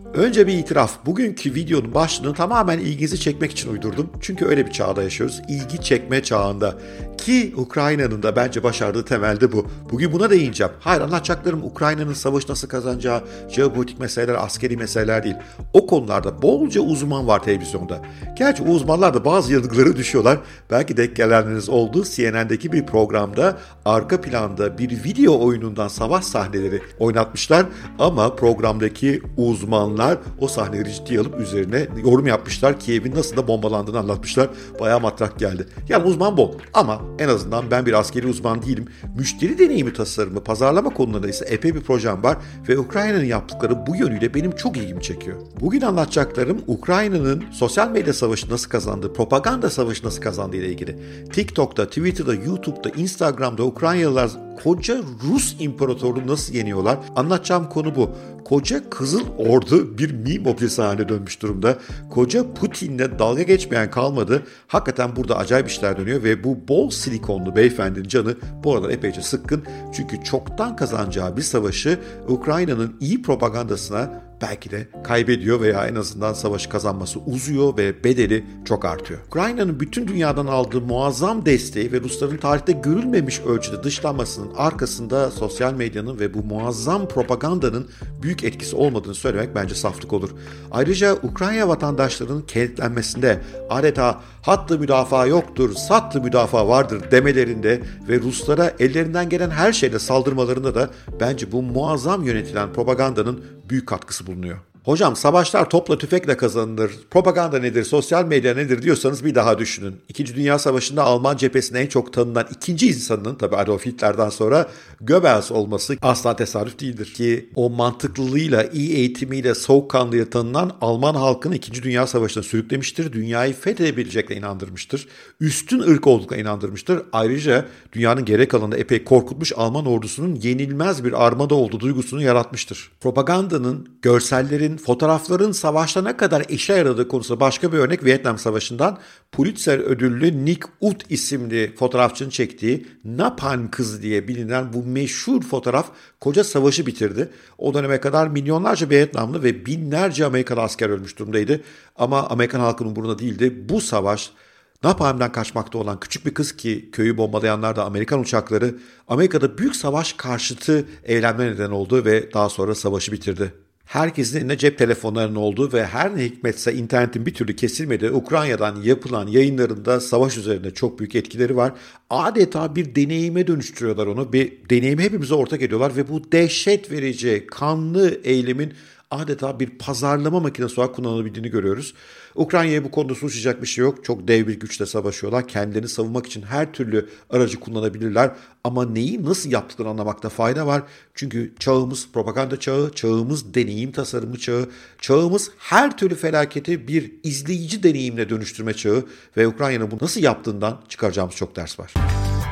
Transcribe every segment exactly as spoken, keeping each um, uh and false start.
Önce bir itiraf. Bugünkü videonun başlığını tamamen ilginizi çekmek için uydurdum. Çünkü öyle bir çağda yaşıyoruz. İlgi çekme çağında. Ki Ukrayna'nın da bence başardığı temelde bu. Bugün buna değineceğim. Hayır, anlatacaklarım Ukrayna'nın savaş nasıl kazanacağı, jeopolitik meseleler, askeri meseleler değil. O konularda bolca uzman var televizyonda. Gerçi uzmanlar da bazı yanılgılara düşüyorlar. Belki denk gelenleriniz oldu. C N N'deki bir programda arka planda bir video oyunundan savaş sahneleri oynatmışlar. Ama programdaki uzmanlar o sahneleri ciddiye alıp üzerine yorum yapmışlar. Kiev'in nasıl da bombalandığını anlatmışlar. Bayağı matrak geldi. Yani uzman bol ama en azından ben bir askeri uzman değilim. Müşteri deneyimi tasarımı, pazarlama konularında ise epey bir projem var ve Ukrayna'nın yaptıkları bu yönüyle benim çok ilgimi çekiyor. Bugün anlatacaklarım Ukrayna'nın sosyal medya savaşı nasıl kazandığı, propaganda savaşı nasıl kazandığı ile ilgili. TikTok'ta, Twitter'da, YouTube'da, Instagram'da Ukraynalılar koca Rus imparatorluğunu nasıl yeniyorlar? Anlatacağım konu bu. Koca Kızıl Ordu bir meme objesi haline dönmüş durumda. Koca Putin'le dalga geçmeyen kalmadı. Hakikaten burada acayip işler dönüyor ve bu bol silikonlu beyefendinin canı bu aralar epeyce sıkkın. Çünkü çoktan kazanacağı bir savaşı Ukrayna'nın iyi propagandasına belki de kaybediyor veya en azından savaşı kazanması uzuyor ve bedeli çok artıyor. Ukrayna'nın bütün dünyadan aldığı muazzam desteği ve Rusların tarihte görülmemiş ölçüde dışlanmasının arkasında sosyal medyanın ve bu muazzam propagandanın büyük etkisi olmadığını söylemek bence saflık olur. Ayrıca Ukrayna vatandaşlarının kenetlenmesinde adeta hattı müdafaa yoktur, sattı müdafaa vardır demelerinde ve Ruslara ellerinden gelen her şeyle saldırmalarında da bence bu muazzam yönetilen propagandanın büyük katkısı bulunuyor. Hocam savaşlar topla tüfekle kazanılır, propaganda nedir, sosyal medya nedir diyorsanız bir daha düşünün. İkinci Dünya Savaşı'nda Alman cephesinde en çok tanınan ikinci insanın tabii Adolf Hitler'den sonra Goebbels olması asla tesadüf değildir. Ki o mantıklılığıyla, iyi eğitimiyle, soğukkanlıyla tanınan Alman halkını İkinci Dünya Savaşı'na sürüklemiştir. Dünyayı fethedebilecekle inandırmıştır. Üstün ırk olduğuna inandırmıştır. Ayrıca dünyanın geri kalanında epey korkutmuş Alman ordusunun yenilmez bir armada olduğu duygusunu yaratmıştır. Propagandanın, görsellerin, fotoğrafların savaşta ne kadar işe yaradığı konusunda başka bir örnek Vietnam Savaşı'ndan Pulitzer ödüllü Nick Ut isimli fotoğrafçının çektiği Napalm Kızı diye bilinen bu meşhur fotoğraf koca savaşı bitirdi. O döneme kadar milyonlarca Vietnamlı ve binlerce Amerikalı asker ölmüş durumdaydı. Ama Amerikan halkının umurunda değildi. Bu savaş Napalm'den kaçmakta olan küçük bir kız ki köyü bombalayanlar da Amerikan uçakları Amerika'da büyük savaş karşıtı eylemler neden oldu ve daha sonra savaşı bitirdi. Herkesin elinde cep telefonlarının olduğu ve her ne hikmetse internetin bir türlü kesilmediği Ukrayna'dan yapılan yayınlarında savaş üzerinde çok büyük etkileri var. Adeta bir deneyime dönüştürüyorlar onu. Bir deneyimi hepimize ortak ediyorlar ve bu dehşet verici, kanlı eylemin adeta bir pazarlama makinesi olarak kullanılabildiğini görüyoruz. Ukrayna'ya bu konuda suçlayacak bir şey yok. Çok dev bir güçle savaşıyorlar. Kendilerini savunmak için her türlü aracı kullanabilirler. Ama neyi nasıl yaptıklarını anlamakta fayda var. Çünkü çağımız propaganda çağı, çağımız deneyim tasarımı çağı, çağımız her türlü felaketi bir izleyici deneyimle dönüştürme çağı ve Ukrayna'nın bunu nasıl yaptığından çıkaracağımız çok ders var.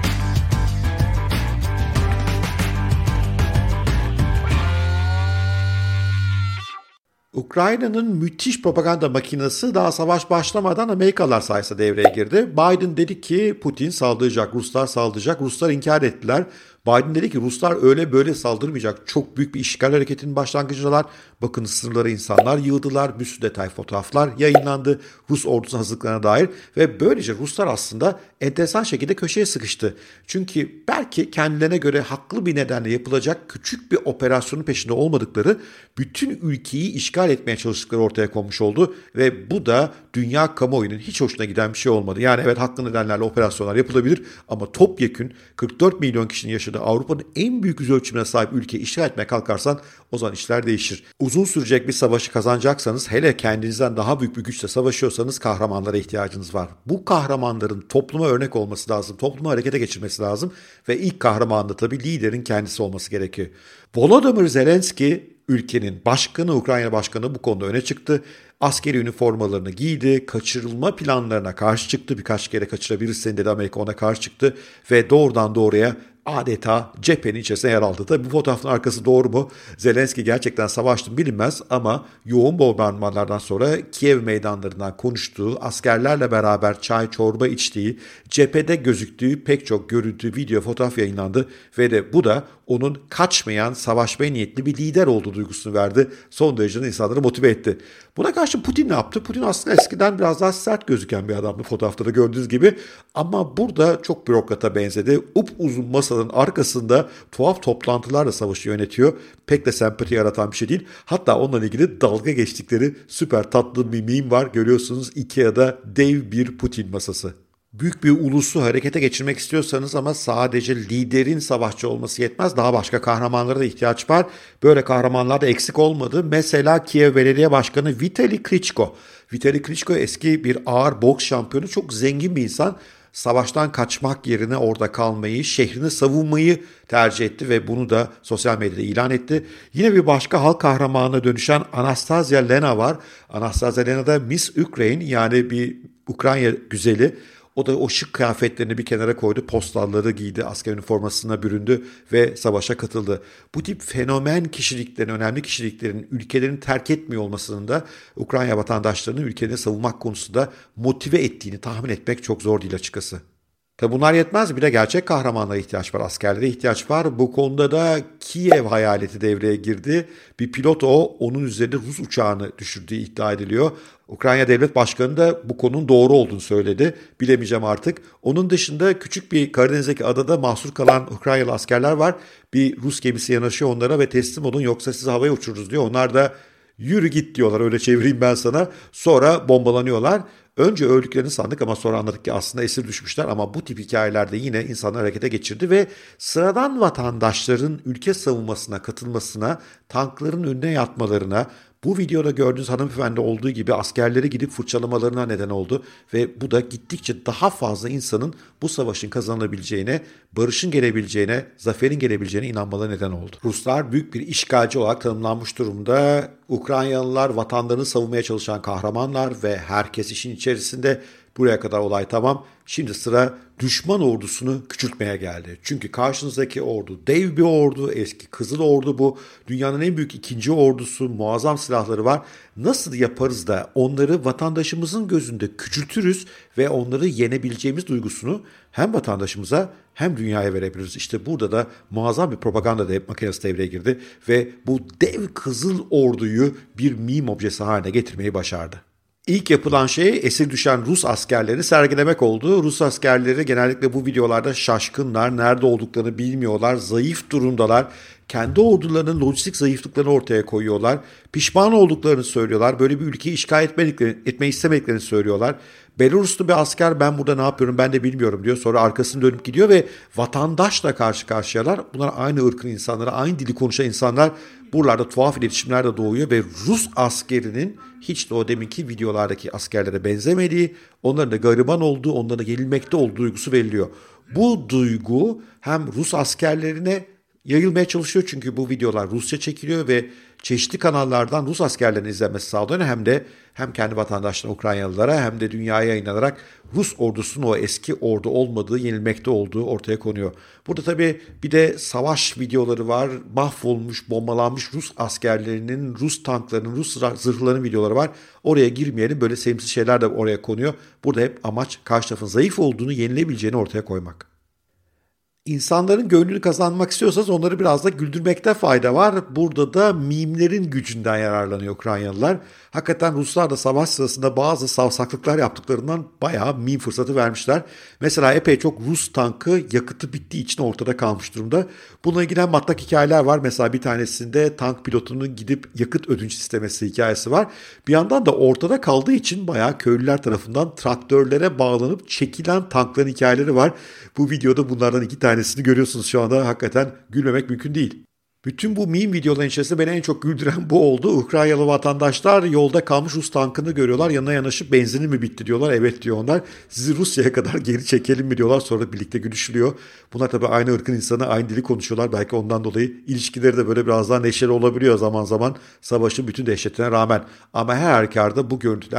Ukrayna'nın müthiş propaganda makinesi daha savaş başlamadan Amerikalılar sayesinde devreye girdi. Biden dedi ki Putin saldıracak, Ruslar saldıracak. Ruslar inkar ettiler. Biden dedi ki Ruslar öyle böyle saldırmayacak. Çok büyük bir işgal hareketinin başlangıcındalar. Bakın sınırlara insanlar yığdılar. Bir sürü detay fotoğraflar yayınlandı. Rus ordusunun hazırlıklarına dair. Ve böylece Ruslar aslında enteresan şekilde köşeye sıkıştı. Çünkü belki kendilerine göre haklı bir nedenle yapılacak küçük bir operasyonun peşinde olmadıkları, bütün ülkeyi işgal etmeye çalıştıkları ortaya konmuş oldu. Ve bu da dünya kamuoyunun hiç hoşuna giden bir şey olmadı. Yani evet haklı nedenlerle operasyonlar yapılabilir ama topyekün kırk dört milyon kişinin yaşadığı Avrupa'nın en büyük yüz ölçümüne sahip ülkeyi işgal etmeye kalkarsan o zaman işler değişir. Uzun sürecek bir savaşı kazanacaksanız, hele kendinizden daha büyük bir güçle savaşıyorsanız kahramanlara ihtiyacınız var. Bu kahramanların topluma örnek olması lazım, toplumu harekete geçirmesi lazım ve ilk kahraman da tabii liderin kendisi olması gerekiyor. Volodymyr Zelenski ülkenin başkanı, Ukrayna başkanı bu konuda öne çıktı. Askeri üniformalarını giydi, kaçırılma planlarına karşı çıktı. Birkaç kere kaçırabilirsin dedi, Amerika ona karşı çıktı ve doğrudan doğruya adeta cephenin içerisinde yer aldı. Tabi bu fotoğrafın arkası doğru mu? Zelenski gerçekten savaştı bilinmez ama yoğun bombardımanlardan sonra Kiev meydanlarından konuştuğu, askerlerle beraber çay çorba içtiği, cephede gözüktüğü pek çok görüntü, video, fotoğraf yayınlandı ve de bu da onun kaçmayan, savaşmaya niyetli bir lider olduğu duygusunu verdi. Son derece insanları motive etti. Buna karşı Putin ne yaptı? Putin aslında eskiden biraz daha sert gözüken bir adamdı fotoğrafta da gördüğünüz gibi. Ama burada çok bürokrata benzedi. Upuzun masanın arkasında tuhaf toplantılarla savaşı yönetiyor. Pek de sempati yaratan bir şey değil. Hatta onunla ilgili dalga geçtikleri süper tatlı bir meme var. Görüyorsunuz Ikea'da dev bir Putin masası. Büyük bir ulusu harekete geçirmek istiyorsanız ama sadece liderin savaşçı olması yetmez. Daha başka kahramanlara da ihtiyaç var. Böyle kahramanlar da eksik olmadı. Mesela Kiev Belediye Başkanı Vitali Klitschko. Vitali Klitschko eski bir ağır boks şampiyonu. Çok zengin bir insan. Savaştan kaçmak yerine orada kalmayı, şehrini savunmayı tercih etti ve bunu da sosyal medyada ilan etti. Yine bir başka halk kahramanına dönüşen Anastasia Lena var. Anastasia Lena da Miss Ukraine, yani bir Ukrayna güzeli. O da o şık kıyafetlerini bir kenara koydu, postalları giydi, asker üniformasına büründü ve savaşa katıldı. Bu tip fenomen kişiliklerin, önemli kişiliklerin ülkelerini terk etmiyor olmasının da Ukrayna vatandaşlarının ülkelerini savunmak konusunda motive ettiğini tahmin etmek çok zor değil açıkçası. Tabi bunlar yetmez, bir de gerçek kahramanlara ihtiyaç var, askerlere ihtiyaç var. Bu konuda da Kiev hayaleti devreye girdi. Bir pilot o, onun üzerinde Rus uçağını düşürdüğü iddia ediliyor. Ukrayna Devlet Başkanı da bu konunun doğru olduğunu söyledi. Bilemeyeceğim artık. Onun dışında küçük bir Karadeniz'deki adada mahsur kalan Ukraynalı askerler var. Bir Rus gemisi yanaşıyor onlara ve teslim olun yoksa sizi havaya uçururuz diyor. Onlar da yürü git diyorlar, öyle çevireyim ben sana. Sonra bombalanıyorlar. Önce öldüklerini sandık ama sonra anladık ki aslında esir düşmüşler, ama bu tip hikayelerde yine insanları harekete geçirdi ve sıradan vatandaşların ülke savunmasına katılmasına, tankların önüne yatmalarına, bu videoda gördüğünüz hanımefendi olduğu gibi askerleri gidip fırçalamalarına neden oldu ve bu da gittikçe daha fazla insanın bu savaşın kazanılabileceğine, barışın gelebileceğine, zaferin gelebileceğine inanmaları neden oldu. Ruslar büyük bir işgalci olarak tanımlanmış durumda. Ukraynalılar vatanlarını savunmaya çalışan kahramanlar ve herkes işin içerisinde. Buraya kadar olay tamam. Şimdi sıra düşman ordusunu küçültmeye geldi. Çünkü karşınızdaki ordu dev bir ordu, eski Kızıl Ordu bu. Dünyanın en büyük ikinci ordusu, muazzam silahları var. Nasıl yaparız da onları vatandaşımızın gözünde küçültürüz ve onları yenebileceğimiz duygusunu hem vatandaşımıza hem dünyaya verebiliriz. İşte burada da muazzam bir propaganda de makinesi devreye girdi ve bu dev Kızıl Ordu'yu bir meme objesi haline getirmeyi başardı. İlk yapılan şey esir düşen Rus askerlerini sergilemek oldu. Rus askerleri genellikle bu videolarda şaşkınlar, nerede olduklarını bilmiyorlar, zayıf durumdalar. Kendi ordularının lojistik zayıflıklarını ortaya koyuyorlar. Pişman olduklarını söylüyorlar. Böyle bir ülkeyi işgal etmediklerini, etmeyi istemediklerini söylüyorlar. Belaruslu bir asker ben burada ne yapıyorum ben de bilmiyorum diyor. Sonra arkasını dönüp gidiyor ve vatandaşla karşı karşıyalar. Bunlar aynı ırkın insanları, aynı dili konuşan insanlar. Buralarda tuhaf iletişimler de doğuyor ve Rus askerinin hiç de o deminki videolardaki askerlere benzemediği, onların da gariban olduğu, onların da yenilmekte olduğu duygusu veriliyor. Bu duygu hem Rus askerlerine yayılmaya çalışıyor çünkü bu videolar Rusça çekiliyor ve çeşitli kanallardan Rus askerlerinin izlenmesi sağlanıyor. Hem de hem kendi vatandaşlarına, Ukraynalılara hem de dünyaya yayınlanarak Rus ordusunun o eski ordu olmadığı, yenilmekte olduğu ortaya konuyor. Burada tabii bir de savaş videoları var. Mahvolmuş, bombalanmış Rus askerlerinin, Rus tanklarının, Rus zırhlarının videoları var. Oraya girmeyelim. Böyle sevimsiz şeyler de oraya konuyor. Burada hep amaç karşı tarafın zayıf olduğunu, yenilebileceğini ortaya koymak. İnsanların gönlünü kazanmak istiyorsanız onları biraz da güldürmekte fayda var. Burada da mimlerin gücünden yararlanıyor Ukraynalılar. Hakikaten Ruslar da savaş sırasında bazı savsaklıklar yaptıklarından bayağı mim fırsatı vermişler. Mesela epey çok Rus tankı yakıtı bittiği için ortada kalmış durumda. Bununla ilgili hem matlak hikayeler var. Mesela bir tanesinde tank pilotunun gidip yakıt ödünç istemesi hikayesi var. Bir yandan da ortada kaldığı için bayağı köylüler tarafından traktörlere bağlanıp çekilen tankların hikayeleri var. Bu videoda bunlardan iki tanesini görüyorsunuz şu anda. Hakikaten gülmemek mümkün değil. Bütün bu meme videoların içerisinde beni en çok güldüren bu oldu. Ukraynalı vatandaşlar yolda kalmış Rus tankını görüyorlar. Yanına yanaşıp benzinin mi bitti diyorlar. Evet diyor onlar. Sizi Rusya'ya kadar geri çekelim mi diyorlar. Sonra birlikte gülüşülüyor. Bunlar tabii aynı ırkın insanı, aynı dili konuşuyorlar. Belki ondan dolayı ilişkileri de böyle biraz daha neşeli olabiliyor zaman zaman. Savaşın bütün dehşetine rağmen. Ama her halükarda bu görüntüler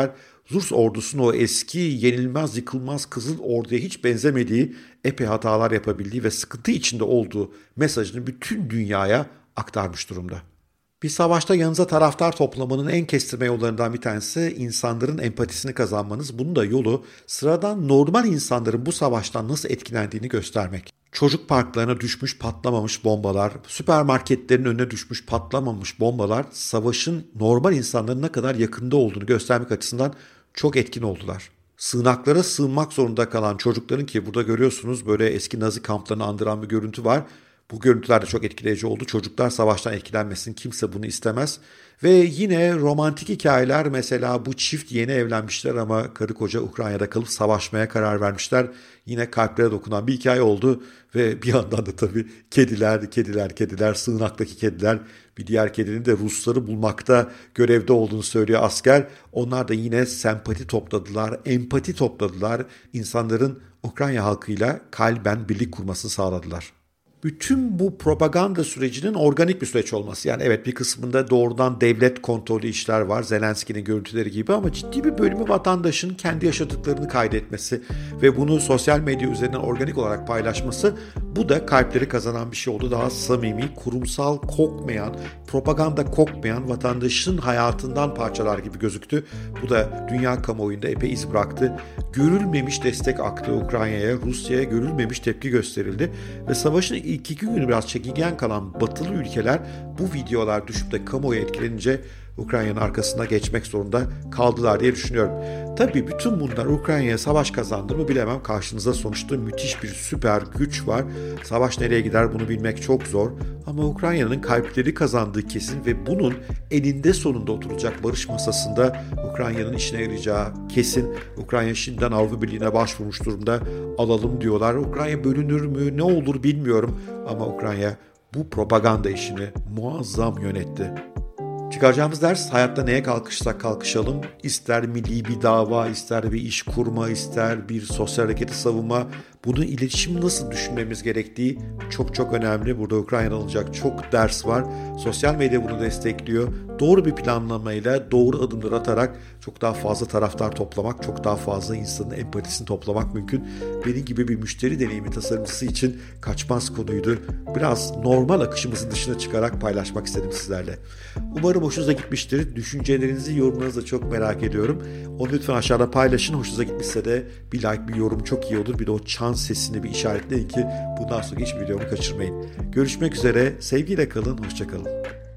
Rus ordusunun o eski yenilmez yıkılmaz Kızıl Ordu'ya hiç benzemediği, epey hatalar yapabildiği ve sıkıntı içinde olduğu mesajını bütün dünyaya aktarmış durumda. Bir savaşta yanınıza taraftar toplamanın en kestirme yollarından bir tanesi insanların empatisini kazanmanız. Bunun da yolu sıradan normal insanların bu savaştan nasıl etkilendiğini göstermek. Çocuk parklarına düşmüş patlamamış bombalar, süpermarketlerin önüne düşmüş patlamamış bombalar savaşın normal insanların ne kadar yakında olduğunu göstermek açısından çok etkin oldular. Sığınaklara sığınmak zorunda kalan çocukların, ki burada görüyorsunuz böyle eski Nazi kamplarını andıran bir görüntü var. Bu görüntüler de çok etkileyici oldu. Çocuklar savaştan etkilenmesin. Kimse bunu istemez. Ve yine romantik hikayeler, mesela bu çift yeni evlenmişler ama karı koca Ukrayna'da kalıp savaşmaya karar vermişler. Yine kalplere dokunan bir hikaye oldu. Ve bir yandan da tabii kediler, kediler, kediler, sığınaktaki kediler. Bir diğer kedinin de Rusları bulmakta görevde olduğunu söylüyor asker. Onlar da yine sempati topladılar, empati topladılar. İnsanların Ukrayna halkıyla kalben birlik kurmasını sağladılar. Bütün bu propaganda sürecinin organik bir süreç olması. Yani evet, bir kısmında doğrudan devlet kontrolü işler var, Zelenski'nin görüntüleri gibi, ama ciddi bir bölümü vatandaşın kendi yaşadıklarını kaydetmesi ve bunu sosyal medya üzerinden organik olarak paylaşması, bu da kalpleri kazanan bir şey oldu. Daha samimi, kurumsal kokmayan, propaganda kokmayan vatandaşın hayatından parçalar gibi gözüktü. Bu da dünya kamuoyunda epey iz bıraktı. Görülmemiş destek aktı Ukrayna'ya, Rusya'ya görülmemiş tepki gösterildi ve savaşın ilk iki günü biraz çekingen kalan batılı ülkeler bu videolar düşüp de kamuoyu etkilenince Ukrayna'nın arkasına geçmek zorunda kaldılar diye düşünüyorum. Tabii bütün bunlar Ukrayna'ya savaş kazandı mı bilemem. Karşınızda sonuçta müthiş bir süper güç var. Savaş nereye gider bunu bilmek çok zor. Ama Ukrayna'nın kalpleri kazandığı kesin ve bunun eninde sonunda oturacak barış masasında Ukrayna'nın işine yarayacağı kesin. Ukrayna şimdiden Avrupa Birliği'ne başvurmuş durumda. Alalım diyorlar. Ukrayna bölünür mü, ne olur bilmiyorum. Ama Ukrayna bu propaganda işini muazzam yönetti. Çıkaracağımız ders, hayatta neye kalkışsak kalkışalım, ister milli bir dava, ister bir iş kurma, ister bir sosyal hareketi savunma, bunun iletişim nasıl düşünmemiz gerektiği çok çok önemli. Burada Ukrayna'dan alınacak çok ders var. Sosyal medya bunu destekliyor. Doğru bir planlamayla, doğru adımlar atarak çok daha fazla taraftar toplamak, çok daha fazla insanın empatisini toplamak mümkün. Benim gibi bir müşteri deneyimi tasarımcısı için kaçmaz konuydu. Biraz normal akışımızın dışına çıkarak paylaşmak istedim sizlerle. Umarım hoşunuza gitmiştir. Düşüncelerinizi, yorumlarınızı çok merak ediyorum. Onu lütfen aşağıda paylaşın. Hoşunuza gitmişse de bir like, bir yorum çok iyi olur. Bir de o çan sesini bir işaretleyin ki bundan sonra hiçbir videomu kaçırmayın. Görüşmek üzere. Sevgiyle kalın. Hoşça kalın.